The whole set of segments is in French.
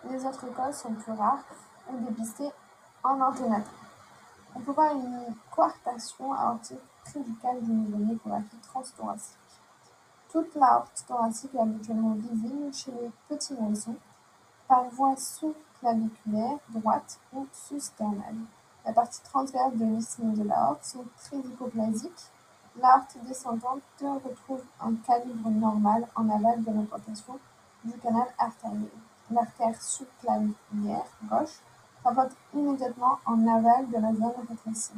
Les autres causes sont plus rares ou dépistées en anténatal. On peut voir une coartation aortique prédicale du nouveau-né, échographie transthoracique. Toute l'aorte thoracique est habituellement visible chez les petits nourrissons par voie sous-claviculaire droite ou sous-sternale. La partie transverse de l'isthme de l'aorte sont très hypoplasiques. L'aorte descendante retrouve un calibre normal en aval de l'implantation du canal artériel. L'artère sous-claviculaire gauche s'implante immédiatement en aval de la zone rétrécie.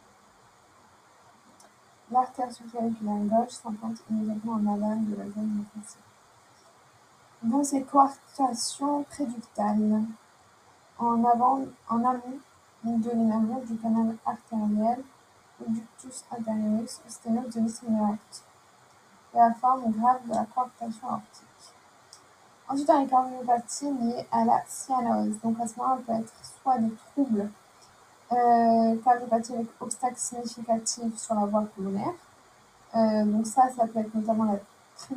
L'artère sous-claviculaire gauche s'implante immédiatement en aval de la zone rétrécie. D'où ces coartations préductales. En amont de l'émergence du canal artériel ou ductus arteriosus au sténose de l'isthme de l'aorte, et la forme grave de la coartation aortique. Ensuite, on a les cardiopathies liées à la cyanose. Donc à ce moment-là, on peut être soit des troubles cardiopathie avec obstacle significatif sur la voie pulmonaire. Donc ça peut être notamment la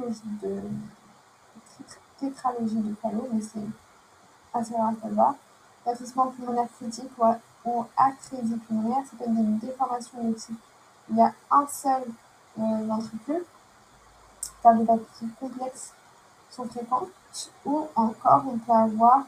tétralogie de Fallot, mais c'est assez rare de le voir. L'affaissement pulmonaire critique ou atrésie pulmonaire, ça peut être des déformations de type. Il y a un seul ventricule. Cardiopathies complexes sont fréquentes. Ou encore, on peut avoir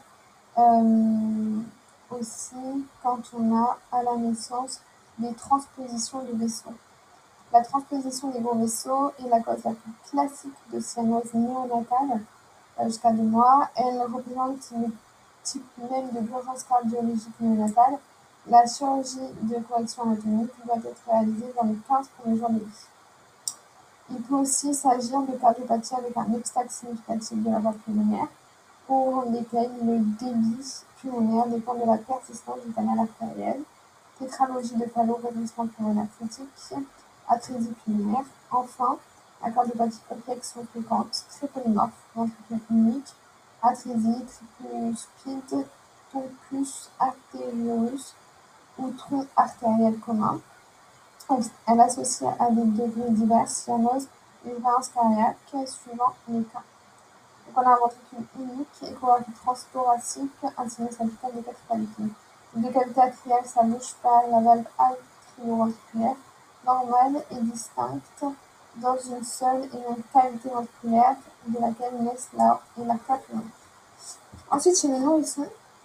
aussi, quand on a à la naissance des transpositions de vaisseaux. La transposition des gros vaisseaux est la cause la plus classique de cyanose néonatale jusqu'à 2 mois. Elle représente le type même de l'urgence cardiologique néonatale. La chirurgie de correction anatomique doit être réalisée dans les 15 premiers jours de vie. Il peut aussi s'agir de cardiopathie avec un obstacle significatif de la voie pulmonaire, pour lesquels le débit pulmonaire dépend de la persistance du canal artériel. Tétralogie de Fallot, rétrécissement pulmonaire critique, atrésie pulmonaire. Enfin, la cardiopathie complexe sont fréquentes, très polymorphes, ventricule unique, atrésie, tricuspide, tonus arteriosus ou tronc artériel commun. Elle associe à des degrés divers cyanose et urgence cardiaque suivant les cas. Donc on a un ventricule unique, échographie transthoracique, un sinus apical de 4 cavités. Une décavité atriale s'allonge par la valve atrioventriculaire normale et distincte dans une seule et même cavité ventriculaire de laquelle naissent l'aorte et l'artère pulmonaire. Ensuite, chez les nourrissons,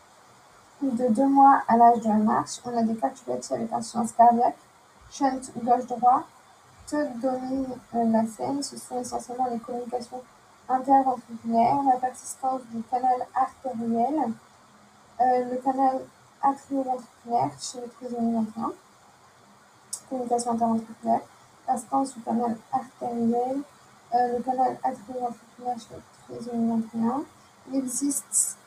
de 2 mois à l'âge de la marche, on a des cardiopathie avec insuffisance cardiaque, shunt gauche-droite domine la scène. Ce sont essentiellement les communications interventriculaires, la persistance du canal artériel, le canal atrioventriculaire chez le trisomie 21, communication interventriculaire, persistance du canal artériel, le canal atrioventriculaire chez le trisomie 21. Il existe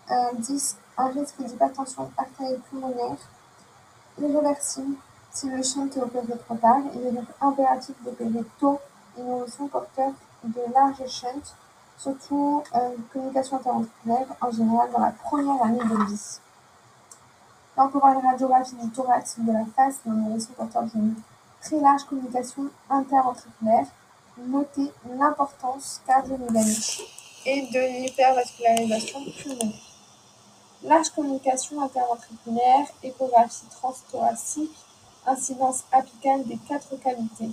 un risque d'hypertension artérielle pulmonaire irréversible si le shunt est opéré trop tard. Il est donc impératif d'opérer tôt les nourrissons porteurs de larges shunts, surtout communication interventriculaire, en général dans la première année de vie. Là, on peut voir une radiographie du thorax ou de la face d'un nourrisson porteur d'une très large communication interventriculaire. Notez l'importance cardio-mécanique et de l'hypervascularisation pulmonaire. Large communication interventriculaire, échographie transthoracique, incidence apicale des 4 cavités.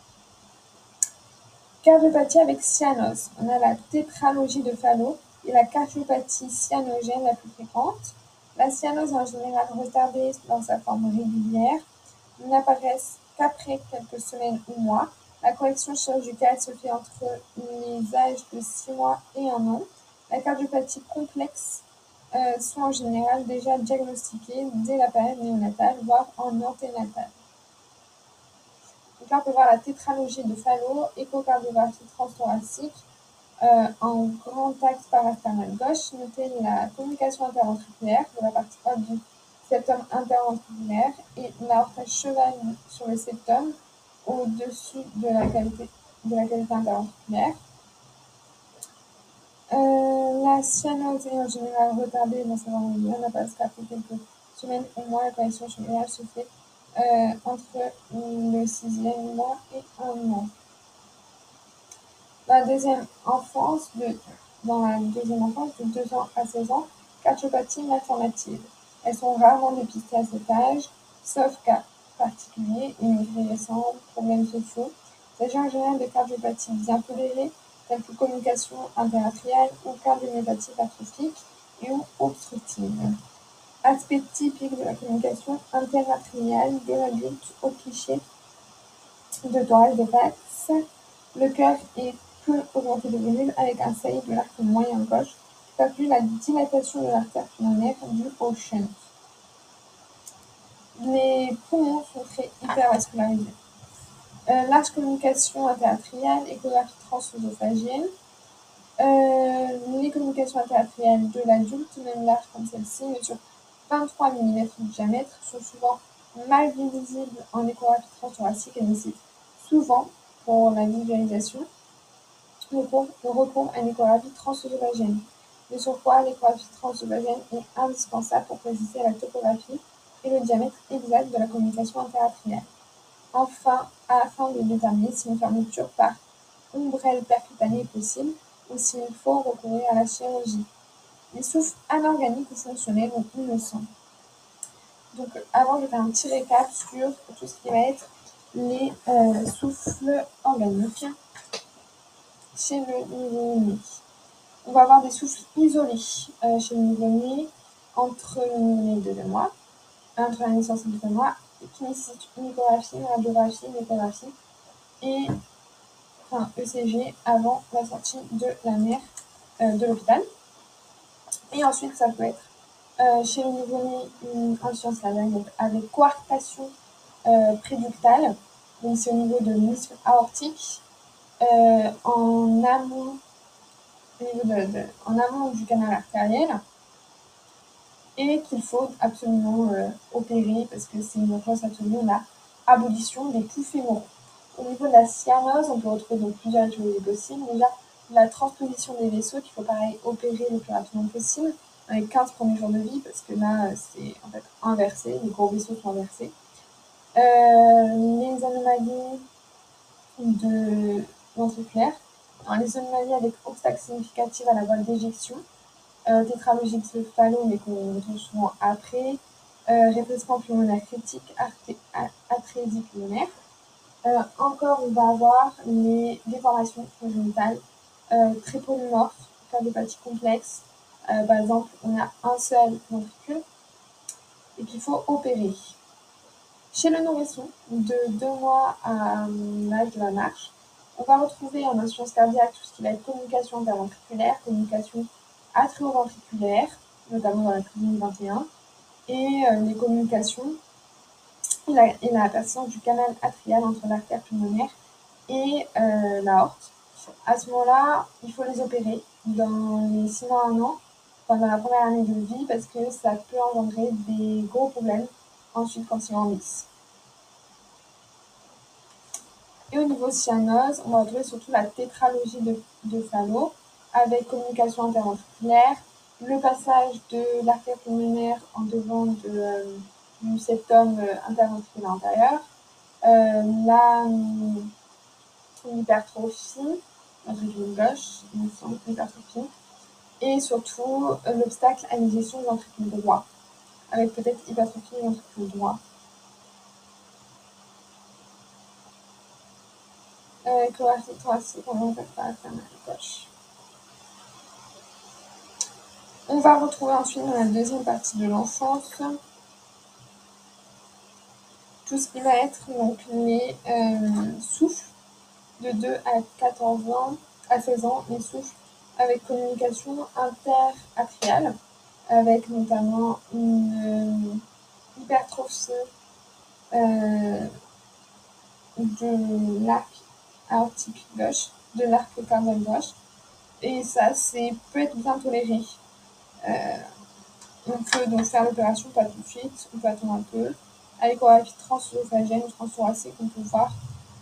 Cardiopathie avec cyanose. On a la tétralogie de Fallot et la cardiopathie cyanogène la plus fréquente. La cyanose en général retardée dans sa forme régulière n'apparaissent qu'après quelques semaines ou mois. La correction chirurgicale se fait entre les âges de 6 mois et 1 an. La cardiopathie complexe sont en général déjà diagnostiquées dès la période néonatale, voire en anténatale. Donc là, on peut voir la tétralogie de Fallot, échocardiographie transthoracique en grand axe parasternal gauche. Notez la communication interventriculaire de la partie haute du septum interventriculaire et l'aorte à cheval sur le septum au-dessus de la cavité interventriculaire. La cyanose est en général retardée dans sa forme régulière, n'apparaît qu'après quelques semaines ou mois. La correction chirurgicale se fait entre le 6e mois et 1 an. Dans la deuxième enfance, de 2 ans à 16 ans, Cardiopathie malformative. Elles sont rarement dépistées à cet âge, sauf cas particuliers, immigrés récents, problèmes sociaux. Il s'agit en général de cardiopathie bien tolérée, telles que communication interatriale ou cardiomyopathie hypertrophique et ou obstructive. Aspect typique de la communication interatriale de l'adulte au cliché de thorax de face. Le cœur est peu augmenté de volume avec un saillie de l'arc moyen gauche, qui inclut la dilatation de l'artère pulmonaire due au shunt. Les poumons sont très hypervascularisés. Large communication interatriale, échographie transœsophagienne. Les communications interatriales de l'adulte, même larges comme celle-ci, mesurent 23 mm de diamètre, sont souvent mal visibles en échographie transthoracique et nécessitent souvent, pour la visualisation, le recours à une échographie transœsophagienne. De surcroît, l'échographie transœsophagienne est indispensable pour préciser la topographie et le diamètre exact de la communication interatriale. Enfin, afin de déterminer si une fermeture par ombrelle percutanée est possible ou s'il faut recourir à la chirurgie. Les souffles anorganiques ou fonctionnels ou innocents. Donc, avant, je vais faire un petit récap sur tout ce qui va être les souffles organiques chez le nouveau-né. On va avoir des souffles isolés chez le nouveau-né entre le nouveau-né de 2 mois, entre la naissance et 2 mois, qui nécessitent une échographie, une radiographie, une échographie et un ECG avant la sortie de la mère de l'hôpital. Et ensuite, ça peut être chez le nouveau-né une insuffisance cardiaque avec coarctation préductale, donc c'est au niveau de muscle aortique, en amont du canal artériel, et qu'il faut absolument opérer parce que c'est une urgence absolue, la abolition des poux fémoraux. Au niveau de la cyanose, on peut retrouver donc plusieurs étiologies possibles. Déjà, la transposition des vaisseaux qu'il faut pareil opérer le plus rapidement possible dans les 15 premiers jours de vie parce que là, c'est en fait inversé, les gros vaisseaux sont inversés. Les anomalies ventriculaires, les anomalies avec obstacle significatif à la voie d'éjection, tétralogie céphalo, mais qu'on retrouve souvent après, rétrécissement pulmonaire critique, atrésie pulmonaire. Encore, on va avoir les déformations congénitales très polymorphes, cardiopathie complexe. Par exemple, on a un seul ventricule et qu'il faut opérer. Chez le nourrisson, de 2 mois à l'âge de la marche, on va retrouver en insuffisance cardiaque tout ce qui va être communication interventriculaire, communication atrioventriculaire, notamment dans la trisomie 21, et les communications et la persistance du canal atrial entre l'artère pulmonaire et l'aorte. À ce moment-là, il faut les opérer dans les 6 mois à 1 an, enfin dans la première année de vie, parce que ça peut engendrer des gros problèmes ensuite quand ils grandissent. Et au niveau cyanose, on va retrouver surtout la tétralogie de Fallot, avec communication interventriculaire, le passage de l'artère pulmonaire en devant du septum interventriculaire antérieur, l'hypertrophie, ventricule gauche, il me semble, l'hypertrophie, et surtout l'obstacle à l'injection du ventricule droit, avec peut-être hypertrophie du ventricule droit. Échographie thoracique, on va faire la gauche. On va retrouver ensuite dans la deuxième partie de l'enfance tout ce qui va être donc les souffles de 2 à 14 ans, à 16 ans, les souffles avec communication interatriale, avec notamment une hypertrophie de l'arc aortique gauche, de l'arc cardiaque gauche, et ça peut être bien toléré. On peut donc faire l'opération pas tout de suite, on peut attendre un peu. À l'échographie transœsophagienne ou transthoracique, on peut voir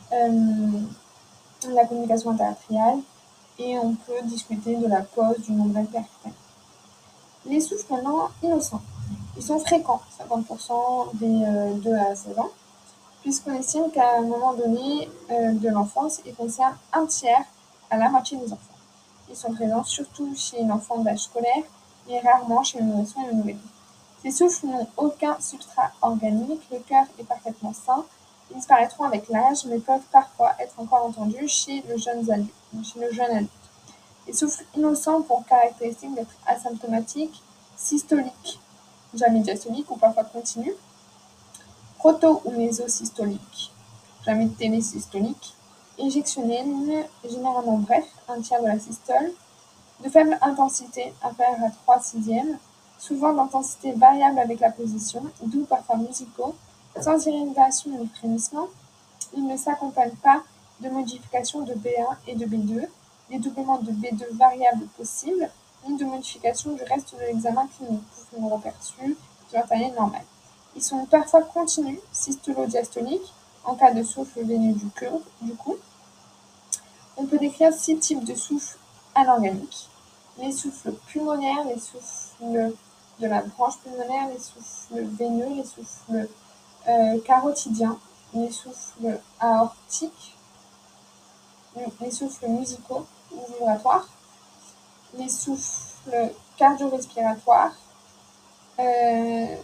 la communication interatriale et on peut discuter de la cause d'une ombrelle percutée. Les souffles maintenant innocents. Ils sont fréquents, 50% des 2 à 16 ans, puisqu'on estime qu'à un moment donné de l'enfance, ils concernent un tiers à la moitié des enfants. Ils sont présents surtout chez l'enfant d'âge scolaire et rarement chez le nourrisson et le nouveau-né. Ces souffles n'ont aucun substrat organique, le cœur est parfaitement sain, ils disparaîtront avec l'âge, mais peuvent parfois être encore entendus chez le jeune adulte. Les souffles innocents ont pour caractéristique d'être asymptomatiques, systoliques, jamais diastoliques ou parfois continus, proto- ou mésosystoliques, jamais télésystoliques, éjectionnels, généralement brefs, un tiers de la systole, de faible intensité, inférieure à 3/6, souvent d'intensité variable avec la position, doux parfois musicaux, sans irritation ni frémissement. Ils ne s'accompagnent pas de modifications de B1 et de B2, dédoublement de B2 variables possibles, ni de modification du reste de l'examen clinique, numéro perçu, du artériel normal. Ils sont parfois continus, systolo-diastoliques, en cas de souffle veineux du cou. On peut décrire 6 types de souffles anorganiques. Les souffles pulmonaires, les souffles de la branche pulmonaire, les souffles veineux, les souffles carotidiens, les souffles aortiques, les souffles musicaux ou vibratoires, les souffles cardio-respiratoires, et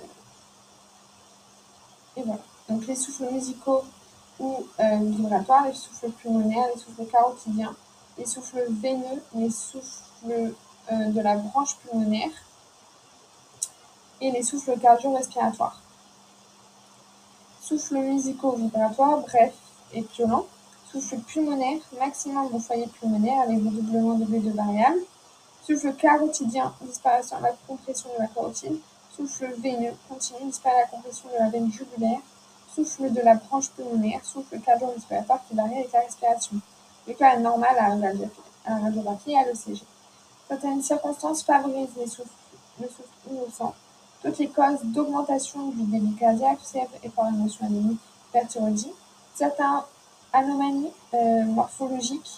voilà. Donc les souffles musicaux ou vibratoires, les souffles pulmonaires, les souffles carotidiens, les souffles veineux, les souffles de la branche pulmonaire et les souffles cardio-respiratoires. Souffles musicaux vibratoires, brefs et violents. Souffle pulmonaire, maximum au foyer pulmonaire avec des doublements de B2 variables. Souffle carotidien, disparition de la compression de la carotide. Souffle veineux, continue, disparaît la compression de la veine jugulaire. Souffle de la branche pulmonaire, souffle cardio-respiratoire qui varie avec la respiration. Le cas est normal à la radiographie et à l'ECG. Certaines circonstances favorisent le souffle innocent. Toutes les causes d'augmentation du débit cardiaque, fièvre, effort émotion anémie, hyperthyroïdie. Certaines anomalies morphologiques,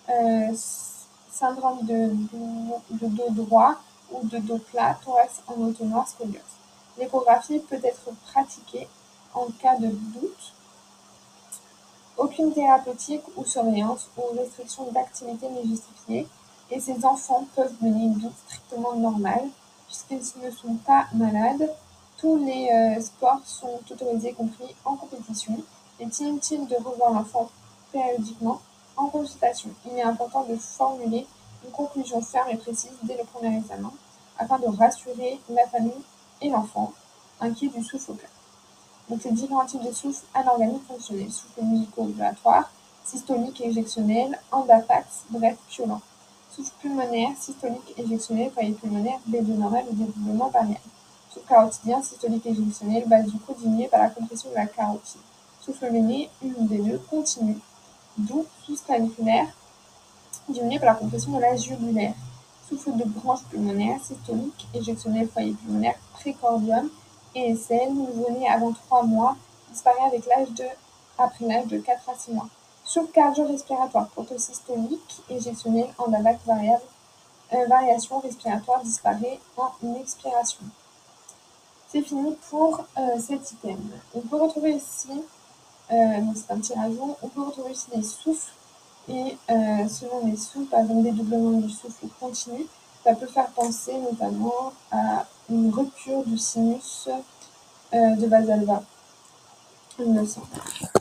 syndrome de dos droit ou de dos plat, thorax en entonnoir, scoliose. L'échographie peut être pratiquée en cas de doute. Aucune thérapeutique ou surveillance ou restriction d'activité n'est justifiée et ces enfants peuvent mener une vie strictement normale puisqu'ils ne sont pas malades. Tous les sports sont autorisés, compris en compétition. Il est inutile de revoir l'enfant périodiquement en consultation. Il est important de formuler une conclusion ferme et précise dès le premier examen afin de rassurer la famille et l'enfant inquiet du souffle au cœur. Donc les différents types de souffles anorganiques fonctionnels, souffle musico-vibratoire, systolique éjectionnel, endapax, bref, violent. Souffle pulmonaire, systolique éjectionnel, foyer pulmonaire, B2 normal ou dédoublement variable. Souffle carotidien, systolique éjectionnel, base du cou diminuée par la compression de la carotide. Souffle veiné, une ou des deux, continu, doux, sous-claviculaire, diminué par la compression de la jugulaire. Souffle de branche pulmonaire, systolique, éjectionnel, foyer pulmonaire, précordium, ESL, nouveau-né avant 3 mois, disparaît après l'âge de 4 à 6 mois. Souffle cardio-respiratoire, protosystolique, éjectionnel, endapax variable, variation respiratoire disparaît en expiration. C'est fini pour cet item. On peut retrouver ici, donc c'est un petit rajout, on peut retrouver ici les souffles et selon les souffles, par exemple dédoublement du souffle continu, ça peut faire penser notamment à une rupture du sinus de Valsalva, il me semble.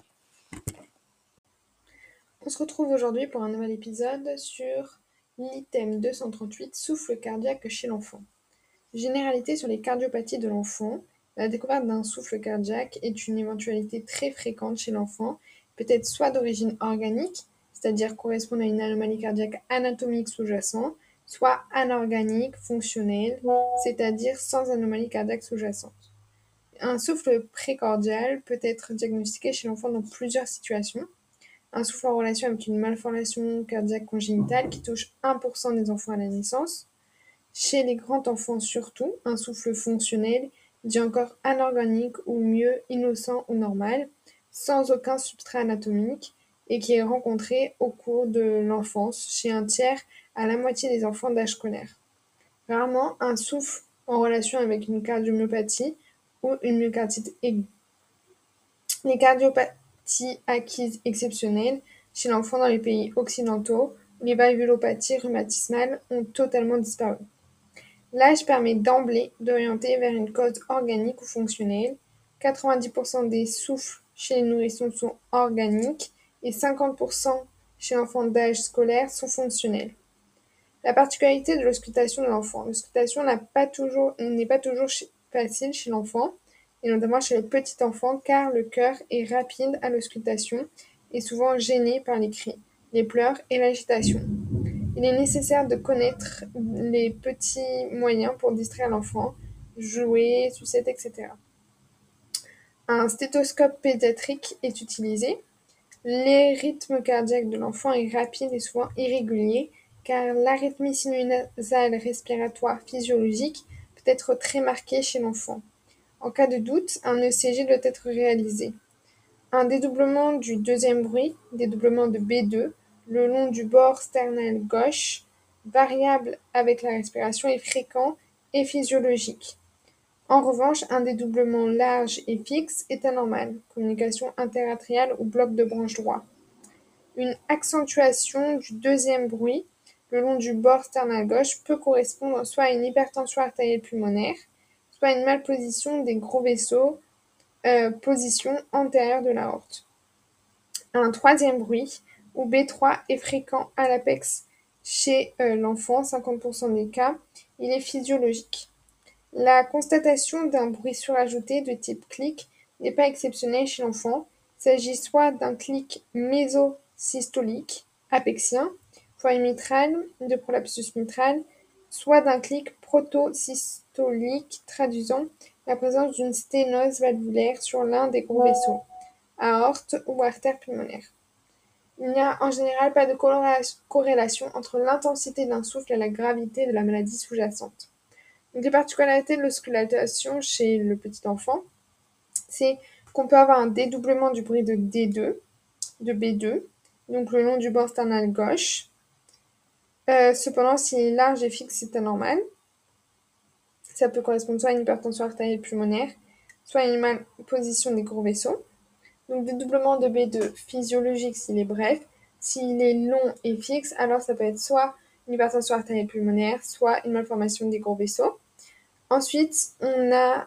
On se retrouve aujourd'hui pour un nouvel épisode sur l'item 238, souffle cardiaque chez l'enfant. Généralité sur les cardiopathies de l'enfant. La découverte d'un souffle cardiaque est une éventualité très fréquente chez l'enfant, peut-être soit d'origine organique, c'est-à-dire correspondre à une anomalie cardiaque anatomique sous-jacente, soit anorganique, fonctionnelle, c'est-à-dire sans anomalie cardiaque sous-jacente. Un souffle précordial peut être diagnostiqué chez l'enfant dans plusieurs situations. Un souffle en relation avec une malformation cardiaque congénitale qui touche 1% des enfants à la naissance. Chez les grands enfants surtout, un souffle fonctionnel, dit encore anorganique ou mieux innocent ou normal, sans aucun substrat anatomique et qui est rencontré au cours de l'enfance chez un tiers à la moitié des enfants d'âge scolaire. Rarement un souffle en relation avec une cardiomyopathie ou une myocardite aiguë. Les cardiopathies acquises exceptionnelles chez l'enfant dans les pays occidentaux où les valvulopathies rhumatismales ont totalement disparu. L'âge permet d'emblée d'orienter vers une cause organique ou fonctionnelle. 90% des souffles chez les nourrissons sont organiques et 50% chez l'enfant d'âge scolaire sont fonctionnels. La particularité de l'auscultation de l'enfant. L'auscultation n'est pas toujours facile chez l'enfant, et notamment chez le petit enfant, car le cœur est rapide à l'auscultation et souvent gêné par les cris, les pleurs et l'agitation. Il est nécessaire de connaître les petits moyens pour distraire l'enfant, jouer, sucette, etc. Un stéthoscope pédiatrique est utilisé. Le rythme cardiaque de l'enfant est rapide et souvent irrégulier, car l'arythmie sinusale respiratoire physiologique peut être très marquée chez l'enfant. En cas de doute, un ECG doit être réalisé. Un dédoublement du deuxième bruit, dédoublement de B2, le long du bord sternal gauche, variable avec la respiration, est fréquent et physiologique. En revanche, un dédoublement large et fixe est anormal, communication interatriale ou bloc de branche droit. Une accentuation du deuxième bruit le long du bord sternal gauche peut correspondre soit à une hypertension artérielle pulmonaire, soit à une malposition des gros vaisseaux, position antérieure de l'aorte. Un troisième bruit, ou B3, est fréquent à l'apex chez l'enfant, 50% des cas. Il est physiologique. La constatation d'un bruit surajouté de type clic n'est pas exceptionnelle chez l'enfant. Il s'agit soit d'un clic mésosystolique apexien, foyer mitral, de prolapsus mitral, soit d'un clic protosystolique traduisant la présence d'une sténose valvulaire sur l'un des gros vaisseaux, aorte ou artère pulmonaire. Il n'y a en général pas de corrélation entre l'intensité d'un souffle et la gravité de la maladie sous-jacente. Donc, les particularités de l'auscultation chez le petit enfant, c'est qu'on peut avoir un dédoublement du bruit de D2, de B2, donc le long du bord sternal gauche. Cependant, s'il est large et fixe, c'est anormal. Ça peut correspondre soit à une hypertension artérielle pulmonaire, soit à une malposition des gros vaisseaux. Donc, dédoublement de B2 physiologique s'il est bref. S'il est long et fixe, alors ça peut être soit une hypertension artérielle pulmonaire, soit une malformation des gros vaisseaux. Ensuite, on a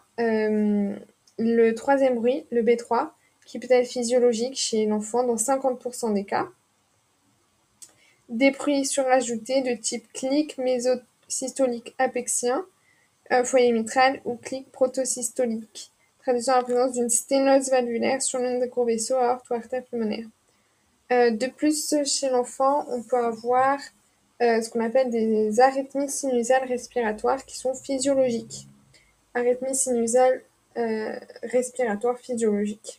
le troisième bruit, le B3, qui peut être physiologique chez l'enfant dans 50% des cas. Des bruits surajoutés de type clic mésosystolique apexien, foyer mitral ou clic protosystolique, traduisant la présence d'une sténose valvulaire sur l'un des gros vaisseaux, aorte ou artère pulmonaire. De plus, chez l'enfant, on peut avoir ce qu'on appelle des arythmies sinusales respiratoires qui sont physiologiques. Arythmie sinusale respiratoire physiologique.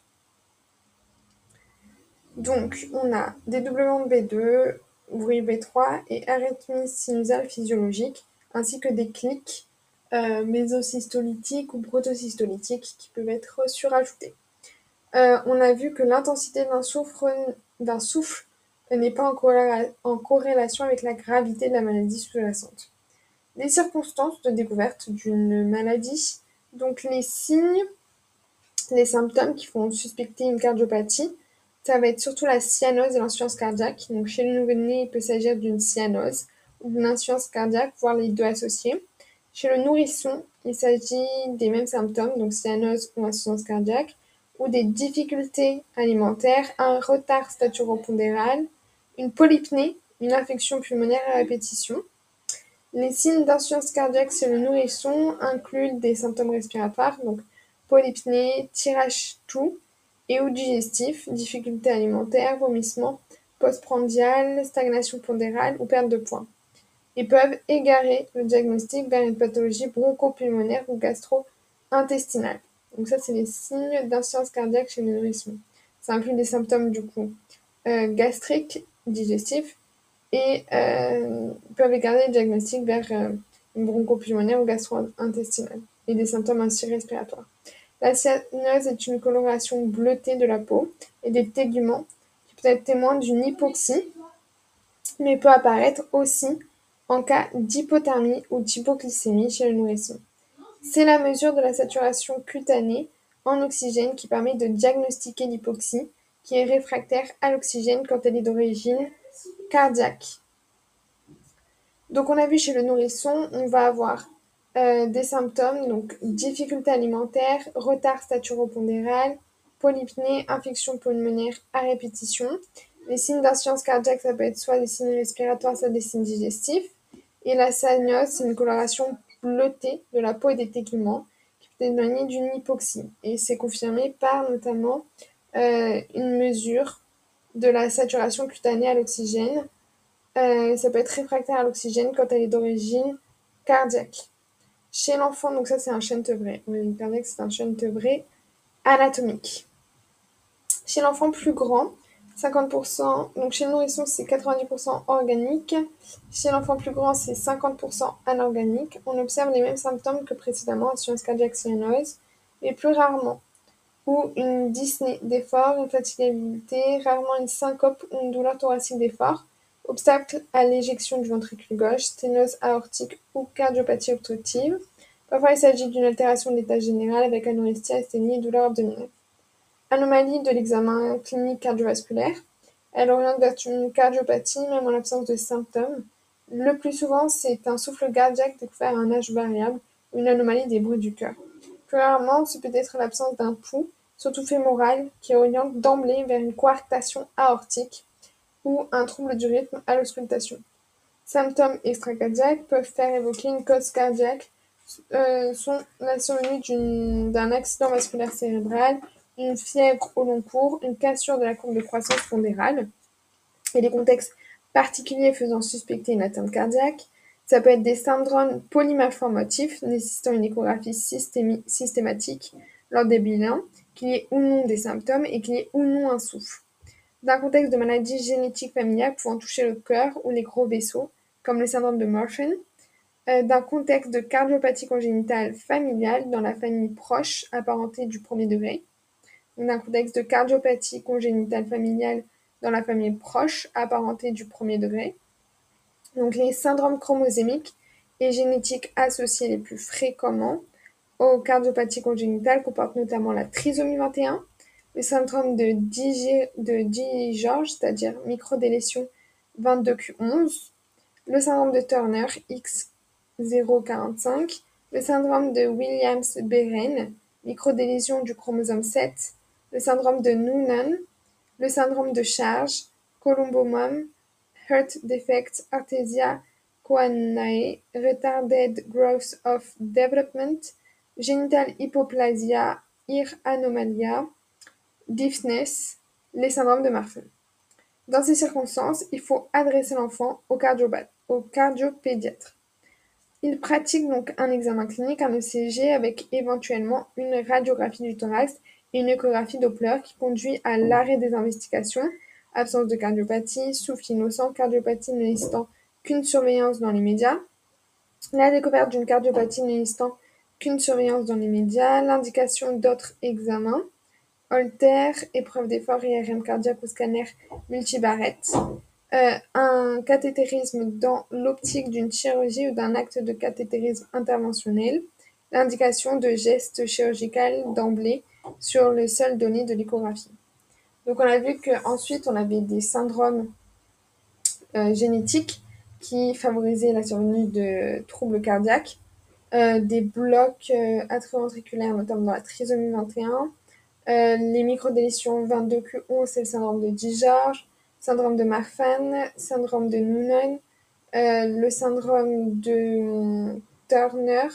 Donc, on a dédoublement de B2, bruit B3 et arythmie sinusale physiologique, ainsi que des clics mésosystolytiques ou protosystolytiques qui peuvent être surajoutés. On a vu que l'intensité d'un souffle n'est pas en corrélation avec la gravité de la maladie sous-jacente. Les circonstances de découverte d'une maladie, donc les signes, les symptômes qui font suspecter une cardiopathie, ça va être surtout la cyanose et l'insuffisance cardiaque. Donc chez le nouveau-né, il peut s'agir d'une cyanose ou d'une insuffisance cardiaque, voire les deux associés. Chez le nourrisson, il s'agit des mêmes symptômes, donc cyanose ou insuffisance cardiaque, ou des difficultés alimentaires, un retard staturopondéral, une polypnée, une infection pulmonaire à répétition. Les signes d'insuffisance cardiaque chez le nourrisson incluent des symptômes respiratoires, donc polypnée, tirage tout et ou digestif, difficultés alimentaires, vomissements, postprandial, stagnation pondérale ou perte de poids. Ils peuvent égarer le diagnostic vers une pathologie bronchopulmonaire ou gastro-intestinale. Donc ça, c'est les signes d'insuffisance cardiaque chez le nourrisson. Ça inclut des symptômes du coup gastriques, digestifs, et peuvent égarer le diagnostic vers une bronchopulmonaire ou gastro-intestinale et des symptômes ainsi respiratoires. La cyanose est une coloration bleutée de la peau et des téguments qui peut être témoin d'une hypoxie, mais peut apparaître aussi en cas d'hypothermie ou d'hypoglycémie chez le nourrisson. C'est la mesure de la saturation cutanée en oxygène qui permet de diagnostiquer l'hypoxie, qui est réfractaire à l'oxygène quand elle est d'origine cardiaque. Donc on a vu chez le nourrisson, on va avoir Des symptômes, donc difficultés alimentaires, retard staturo-pondéral, polypnée, infection pulmonaire à répétition. Les signes d'insuffisance cardiaque, ça peut être soit des signes respiratoires, soit des signes digestifs. Et la cyanose, c'est une coloration bleutée de la peau et des téguments qui peut témoigner d'une hypoxie. Et c'est confirmé par notamment une mesure de la saturation cutanée à l'oxygène. Ça peut être réfractaire à l'oxygène quand elle est d'origine cardiaque. Chez l'enfant, donc ça c'est un chêne tevré. Le cardiaque c'est un chêne tevré anatomique. Chez l'enfant plus grand, 50%, donc chez le nourrisson c'est 90% organique. Chez l'enfant plus grand c'est 50% anorganique. On observe les mêmes symptômes que précédemment, insuffisance cardiaque cyanoise, mais plus rarement. Ou une dyspnée d'effort, une fatigabilité, rarement une syncope ou une douleur thoracique d'effort. Obstacle à l'éjection du ventricule gauche, sténose aortique ou cardiopathie obstructive. Parfois, il s'agit d'une altération de l'état général avec anorexie, asthénie et douleur abdominale. Anomalie de l'examen clinique cardiovasculaire. Elle oriente vers une cardiopathie, même en l'absence de symptômes. Le plus souvent, c'est un souffle cardiaque découvert à un âge variable ou une anomalie des bruits du cœur. Plus rarement, ce peut être l'absence d'un pouls, surtout fémoral, qui oriente d'emblée vers une coarctation aortique ou un trouble du rythme à l'auscultation. Symptômes extracardiaques peuvent faire évoquer une cause cardiaque, sont la survenue d'un accident vasculaire cérébral, une fièvre au long cours, une cassure de la courbe de croissance pondérale, et les contextes particuliers faisant suspecter une atteinte cardiaque. Ça peut être des syndromes polymalformatifs nécessitant une échographie systématique lors des bilans, qu'il y ait ou non des symptômes et qu'il y ait ou non un souffle. D'un contexte de maladie génétique familiale pouvant toucher le cœur ou les gros vaisseaux, comme le syndrome de Marfan. D'un contexte de cardiopathie congénitale familiale dans la famille proche apparentée du premier degré. D'un contexte de cardiopathie congénitale familiale dans la famille proche apparentée du premier degré. Donc les syndromes chromosomiques et génétiques associés les plus fréquemment aux cardiopathies congénitales comportent notamment la trisomie 21, le syndrome de Guy-George, c'est-à-dire microdélétion 22q11, le syndrome de Turner X045, le syndrome de Williams-Beren, microdélétion du chromosome 7, le syndrome de Noonan, le syndrome de Charge, Columbo-Mom, Heart Defect Artesia Coanae, Retarded Growth of Development, Genital Hypoplasia, IR Anomalia, Deafness, les syndromes de Marfan. Dans ces circonstances, il faut adresser l'enfant au cardiopédiatre. Il pratique donc un examen clinique, un ECG, avec éventuellement une radiographie du thorax et une échographie Doppler qui conduit à l'arrêt des investigations, absence de cardiopathie, souffle innocent, cardiopathie ne nécessitant qu'une surveillance dans les médias, la découverte d'une cardiopathie ne nécessitant qu'une surveillance dans les médias, l'indication d'autres examens, Holter, épreuve d'effort, IRM cardiaque ou scanner multibarrette, un cathétérisme dans l'optique d'une chirurgie ou d'un acte de cathétérisme interventionnel, l'indication de gestes chirurgical d'emblée sur le seul donné de l'échographie. Donc on a vu qu'ensuite on avait des syndromes génétiques qui favorisaient la survenue de troubles cardiaques, des blocs atrioventriculaires, notamment dans la trisomie 21, les microdélétions 22q11, c'est le syndrome de Guy-George, syndrome de Marfan, syndrome de Noonan, le syndrome de Turner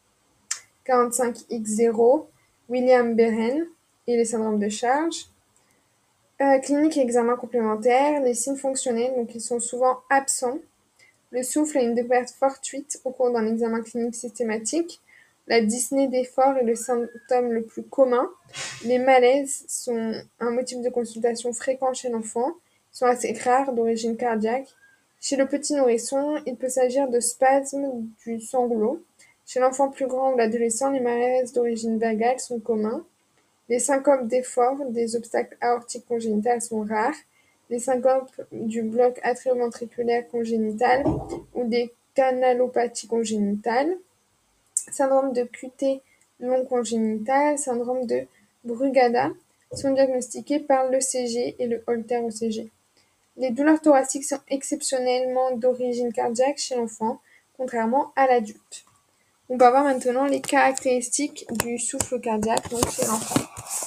45X0, Williams-Beren et les syndromes de Charge. Clinique et examen complémentaires, les signes fonctionnels, donc ils sont souvent absents. Le souffle est une découverte fortuite au cours d'un examen clinique systématique. La dyspnée d'effort est le symptôme le plus commun. Les malaises sont un motif de consultation fréquent chez l'enfant. Ils sont assez rares, d'origine cardiaque. Chez le petit nourrisson, il peut s'agir de spasmes du sanglot. Chez l'enfant plus grand ou l'adolescent, les malaises d'origine vagale sont communs. Les syncopes d'effort des obstacles aortiques congénitales sont rares. Les syncopes du bloc atrioventriculaire congénital ou des canalopathies congénitales. Syndrome de QT long congénital, syndrome de Brugada sont diagnostiqués par l'ECG et le Holter-ECG. Les douleurs thoraciques sont exceptionnellement d'origine cardiaque chez l'enfant, contrairement à l'adulte. On va voir maintenant les caractéristiques du souffle cardiaque donc chez l'enfant.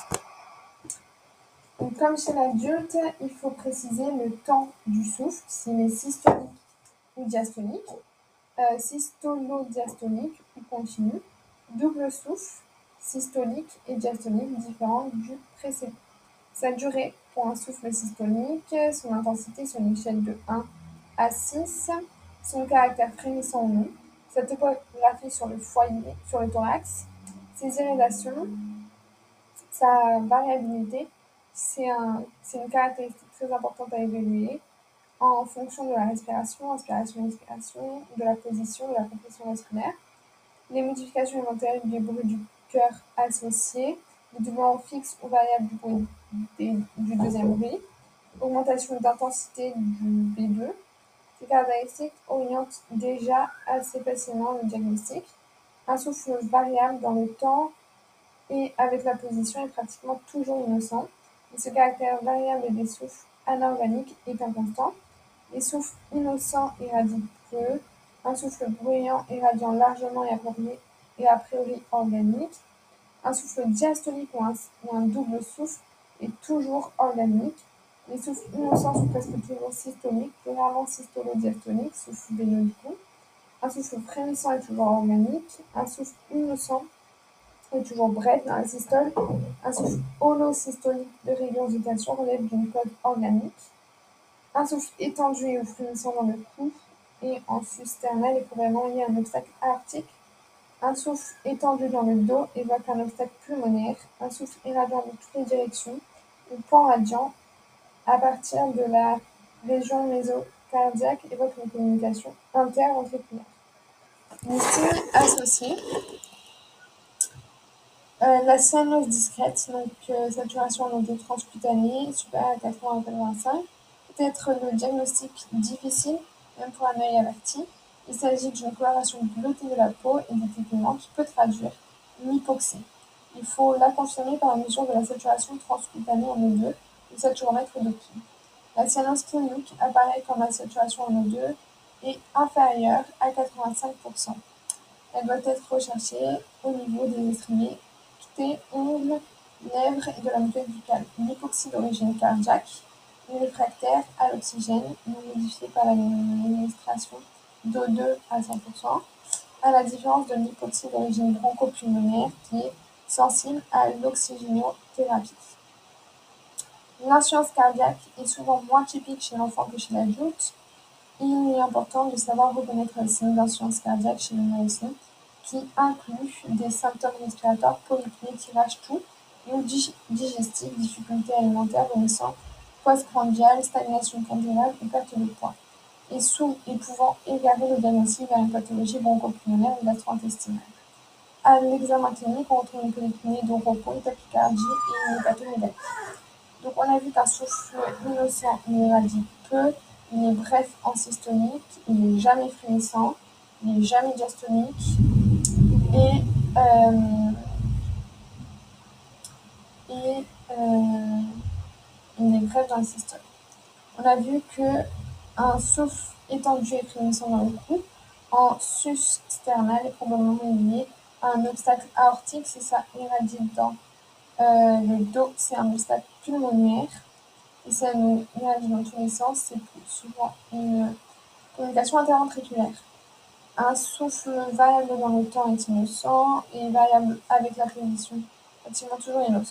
Donc, comme chez l'adulte, il faut préciser le temps du souffle, s'il est systolique ou diastolique, systolo-diastolique ou continu, double souffle, systolique et diastolique différent du précédent. Sa durée pour un souffle systolique, son intensité sur une échelle de 1 à 6, son caractère frémissant ou non, sa topographie sur le foyer, sur le thorax, ses irradiations, sa variabilité, c'est une caractéristique très importante à évaluer en fonction de la respiration, inspiration-expiration, de la position, de la compression vasculaire, les modifications éventuelles du bruit du cœur associé, le doublement fixe ou variable du bruit du deuxième bruit, augmentation d'intensité du B2. Ces caractéristiques orientent déjà assez facilement le diagnostic. Un souffle variable dans le temps et avec la position est pratiquement toujours innocent, mais ce caractère variable des souffles anorganiques est inconstant. Les souffles innocents irradient peu, un souffle bruyant irradiant largement et a priori organique. Un souffle diastolique ou un double souffle est toujours organique. Les souffles innocents sont presque toujours systoliques, plus rarement systolo-diastoliques, souffle béno du coup. Un souffle frémissant est toujours organique. Un souffle innocent est toujours bref dans la systole. Un souffle holosystolique de régurgitation relève d'une code organique. Un souffle étendu ou frémissant dans le cou et en susternelle est probablement lié à un obstacle aortique. Un souffle étendu dans le dos évoque un obstacle pulmonaire. Un souffle irradiant de toutes les directions ou pan-radiant à partir de la région mésocardiaque évoque une communication interventriculaire. Les signes associés. La cyanose discrète, donc saturation en eau transcutanée supérieure à 80 à 85, peut être le diagnostic difficile, même pour un œil averti. Il s'agit d'une coloration bleutée de la peau et des pigments qui peut traduire une hypoxie. Il faut la confirmer par la mesure de la saturation transcutanée en O2, le saturomètre Doppler. La cyanose clinique apparaît quand la saturation en O2 est inférieure à 85%. Elle doit être recherchée au niveau des extrémités, ongles, lèvres et de la muqueuse buccale. Une hypoxie d'origine cardiaque, réfractaire à l'oxygène, non modifiée par l'administration d'O2 à 100%, à la différence de l'hypoxie d'origine bronchopulmonaire qui est sensible à l'oxygénothérapie. L'insuffisance cardiaque est souvent moins typique chez l'enfant que chez l'adulte. Il est important de savoir reconnaître les signes d'insuffisance cardiaque chez le nourrisson, qui incluent des symptômes respiratoires, polypnées, tirage tout, ou digestifs, difficultés alimentaires, vomissement postprandial, stagnation pondérale ou perte de poids, et pouvant égarer le diagnostic vers une pathologie bronchopulmonaire ou gastro-intestinale. À l'examen clinique, on retrouve une polypnée de repos, une tachycardie et une hépatomégalie. Donc on a vu qu'un souffle innocent irradie peu, il est bref en systolique, il n'est jamais frémissant, il n'est jamais diastonique et, euh, et il est bref dans le systole. On a vu qu'un souffle étendu et frémissant dans le cou, en sus-sternal est probablement lié à un obstacle aortique, si ça irradie dans le dos, c'est un obstacle pulmonaire. Et ça nous irradie dans tous les sens, c'est plus souvent une communication interventriculaire. Un souffle variable dans le temps est innocent et variable avec la position, pratiquement toujours innocent.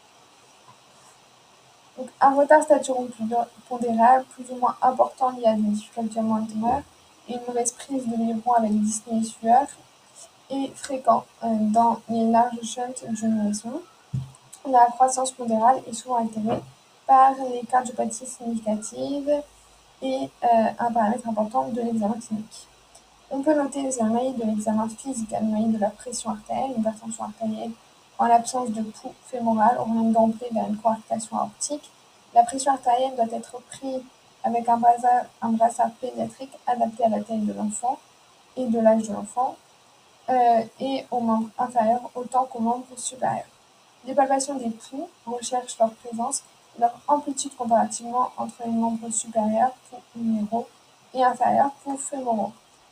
Donc, un retard staturo-pondéral plus ou moins important lié à des difficultés moindres et une mauvaise prise de biberon avec dyspnée et sueur est fréquent dans les larges shunts du nourrisson. La croissance pondérale est souvent altérée par les cardiopathies significatives et un paramètre important de l'examen clinique. On peut noter les anomalies de l'examen physique, anomalie de la pression artérielle, une hypertension artérielle en l'absence de pouls fémoral orientant vers une coarctation aortique. La pression artérielle doit être prise avec un brassard pédiatrique adapté à la taille de l'enfant et de l'âge de l'enfant et aux membres inférieurs autant qu'aux membres supérieurs. Les palpations des pouls recherchent leur présence et leur amplitude comparativement entre les membres supérieurs, pouls numéraux, et inférieurs, pouls fémoraux.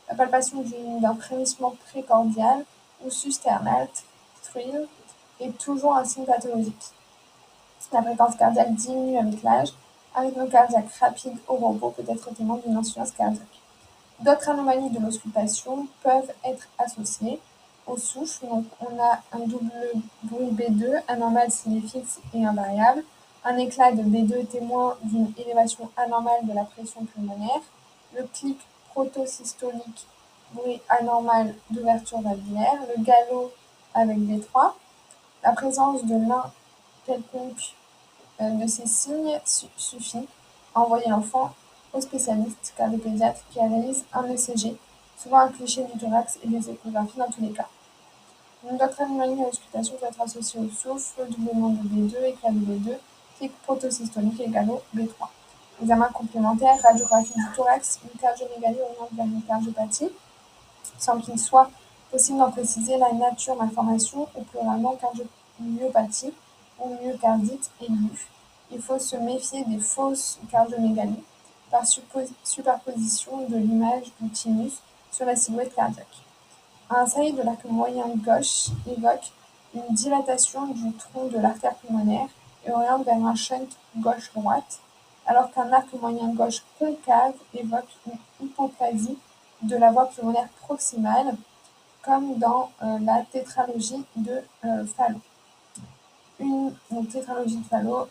la palpation d'un frémissement précordial ou susternal, thrill, est toujours un signe pathologique. La fréquence cardiaque diminue avec l'âge. Un rythme cardiaque rapide au repos peut être témoin d'une insuffisance cardiaque. D'autres anomalies de l'auscultation peuvent être associées au souffle. Donc, on a un double bruit B2, anormal s'il est fixe et invariable. Un éclat de B2 témoin d'une élévation anormale de la pression pulmonaire. Le clic protosystolique, bruit anormal d'ouverture valvulaire. Le galop avec B3. La présence de l'un quelconque de ces signes suffit à envoyer l'enfant au spécialiste cardiopédiatre qui réalise un ECG, souvent un cliché du thorax et des échographies dans tous les cas. D'autres anomalies à l'auscultation peuvent être associées au souffle, doublement de B2, éclat de B2, clic protosystolique et galop B3. Examen complémentaire, radiographie du thorax, une cardiomégalie oriente vers une cardiopathie, sans qu'il soit possible d'en préciser la nature malformation ou pluralement cardiomyopathie ou myocardite aiguë. Il faut se méfier des fausses cardiomégalies par superposition de l'image du thymus sur la silhouette cardiaque. Un saillie de l'arc moyen gauche évoque une dilatation du tronc de l'artère pulmonaire et oriente vers un shunt gauche-droite, alors qu'un arc moyen gauche concave évoque une hypoplasie de la voie pulmonaire proximale, comme dans la tétralogie de Fallot. Donc, tétralogie de Fallot,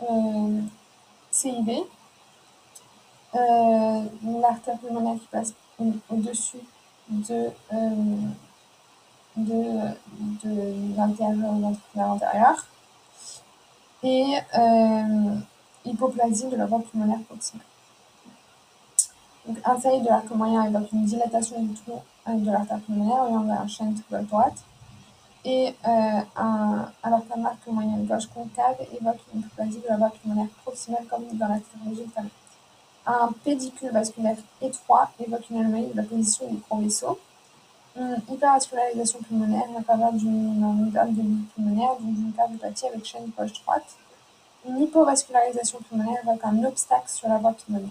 CIB, l'artère pulmonaire qui passe au-dessus de l'intérieur ventriculaire antérieur et hypoplasie de la voie pulmonaire proximale. Donc, un saillie de l'arc moyen évoque une dilatation du tronc de l'artère pulmonaire orientant vers un shunt gauche-droite. Et alors qu'un arc moyen gauche concave évoque une hypoplasie de la voie pulmonaire proximale comme dans la tétralogie de Fallot. Un pédicule vasculaire étroit évoque une anomalie de la position des gros vaisseaux. Une hypervascularisation pulmonaire en faveur d'une embolie pulmonaire, donc d'une cardiopathie avec chaîne gauche-droite. Une hypovascularisation pulmonaire évoque un obstacle sur la voie pulmonaire.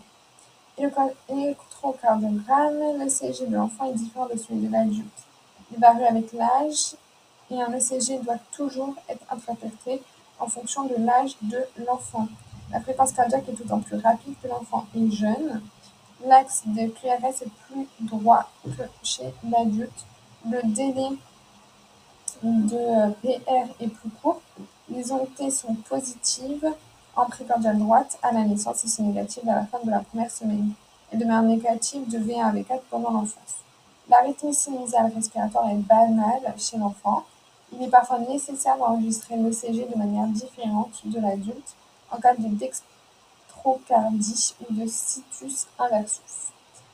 Électrocardiogramme, l'ECG de l'enfant est différent de celui de l'adulte. Il varie avec l'âge et un ECG doit toujours être interprété en fonction de l'âge de l'enfant. La fréquence cardiaque est d'autant plus rapide que l'enfant est jeune. L'axe de QRS est plus droit que chez l'adulte. Le délai de PR est plus court. Les ondes sont positives en précordiale droite à la naissance et sont négatives à la fin de la première semaine, et de manière négative de V1 à V4 pendant l'enfance. L'arythmie sinusale respiratoire est banale chez l'enfant. Il est parfois nécessaire d'enregistrer l'ECG de manière différente de l'adulte en cas de dextrocardie ou de situs inversus.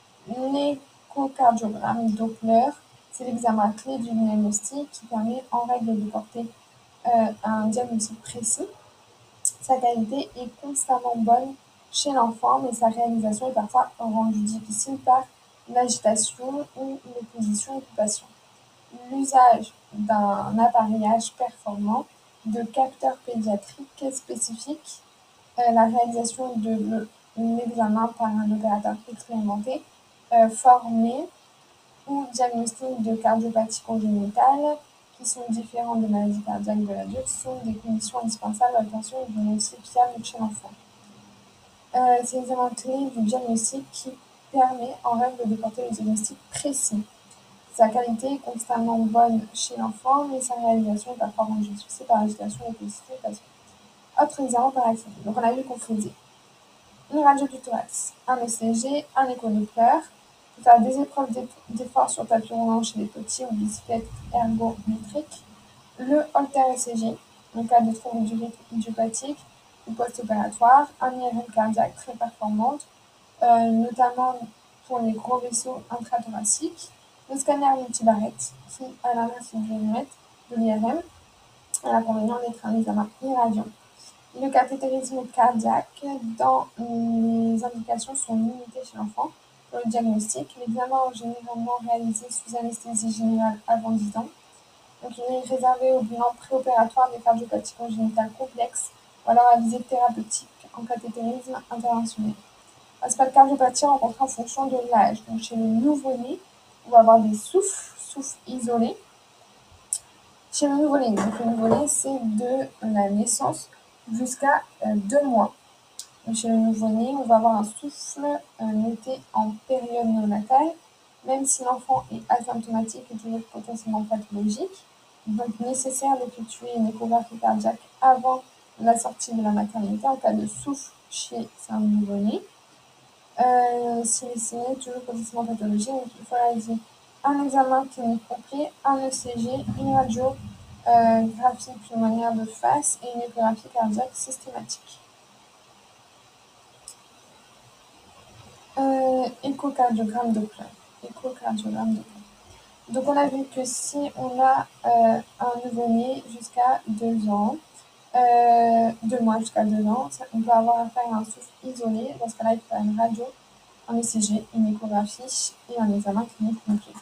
L'échocardiogramme Doppler, c'est l'examen clé du diagnostic qui permet en règle de porter un diagnostic précis. Sa qualité est constamment bonne chez l'enfant, mais sa réalisation est parfois rendue difficile par l'agitation ou l'opposition du patient. L'usage d'un appareillage performant, de capteurs pédiatriques spécifiques, la réalisation de l'examen par un opérateur expérimenté, formé, ou diagnostic de cardiopathie congénitale, qui sont différents des maladies cardiaques de l'adulte, sont des conditions indispensables à l'obtention du diagnostic fiable chez l'enfant. C'est l'examen clé du diagnostic qui permet en règle de porter le diagnostic précis. Sa qualité est constamment bonne chez l'enfant, mais sa réalisation est parfois rendue difficile par l'agitation et l'opposition du patient. Autre examen par accident. Donc on a vu qu'on faisait une radio du thorax, un ECG, un écho-doppler, faire des épreuves d'effort sur tapis roulant chez les petits ou bicyclette ergométrique, le Holter-ECG, en cas de trouble du rythme idiopathique ou post-opératoire, un IRM cardiaque très performante, notamment pour les gros vaisseaux intrathoraciques, le scanner multibarrette, qui, à l'inverse de l'IRM, a l'inconvénient d'être un examen irradiant. Le cathétérisme cardiaque, dans les indications, sont limitées chez l'enfant. Pour le diagnostic, l'examen est généralement réalisé sous anesthésie générale avant 10 ans. Donc, il est réservé au bilan préopératoire des cardiopathies congénitales complexes ou alors à visée thérapeutique en cathétérisme interventionnel. La principale cardiopathie rencontrée en fonction de l'âge. Donc, chez le nouveau-né, on va avoir des souffles isolés chez le nouveau-né. Donc le nouveau-né, c'est de la naissance jusqu'à 2 mois. Donc, chez le nouveau-né, on va avoir un souffle noté en période néonatale, même si l'enfant est asymptomatique et toujours potentiellement pathologique. Donc nécessaire d'effectuer une échographie cardiaque avant la sortie de la maternité en cas de souffle chez un nouveau-né. Si les signes sont toujours potentiellement pathologiques, donc il faut réaliser un examen clinique complet, un ECG, une radiographie pulmonaire de face et une échographie cardiaque systématique. Échocardiogramme Doppler. Échocardiogramme Doppler. Donc on a vu que si on a un nouveau-né jusqu'à 2 ans, 2 mois jusqu'à 2 ans, on peut avoir affaire à un souffle isolé. Dans ce cas-là, il faut faire une radio, un ECG, une échographie et un examen clinique complet.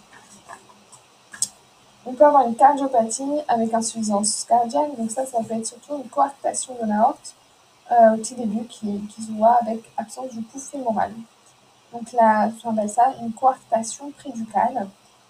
On peut avoir une cardiopathie avec insuffisance cardiaque, donc ça peut être surtout une coarctation de l'aorte au tout début qui se voit avec absence du pouls fémoral. Donc là, on appelle ça une coarctation préductale.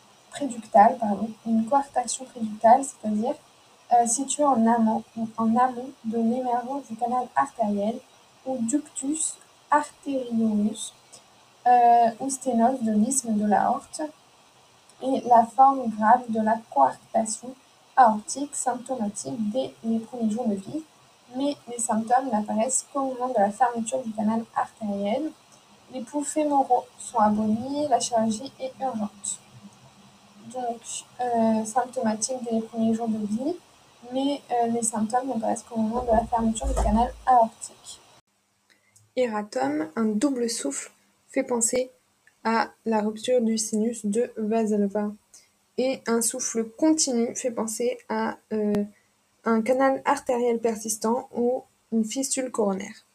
Une coarctation préductale, c'est-à-dire située en amont de l'émergence du canal artériel ou ductus arteriosus ou sténose de l'isthme de l'aorte, et la forme grave de la coarctation aortique symptomatique dès les premiers jours de vie, mais les symptômes n'apparaissent qu'au moment de la fermeture du canal artériel. Les pouls fémoraux sont abolis, la chirurgie est urgente. Donc, symptomatique dès les premiers jours de vie, mais les symptômes n'apparaissent qu'au moment de la fermeture du canal aortique. Erratum, un double souffle, fait penser à la rupture du sinus de Valsalva. Et un souffle continu fait penser à un canal artériel persistant ou une fistule coronaire.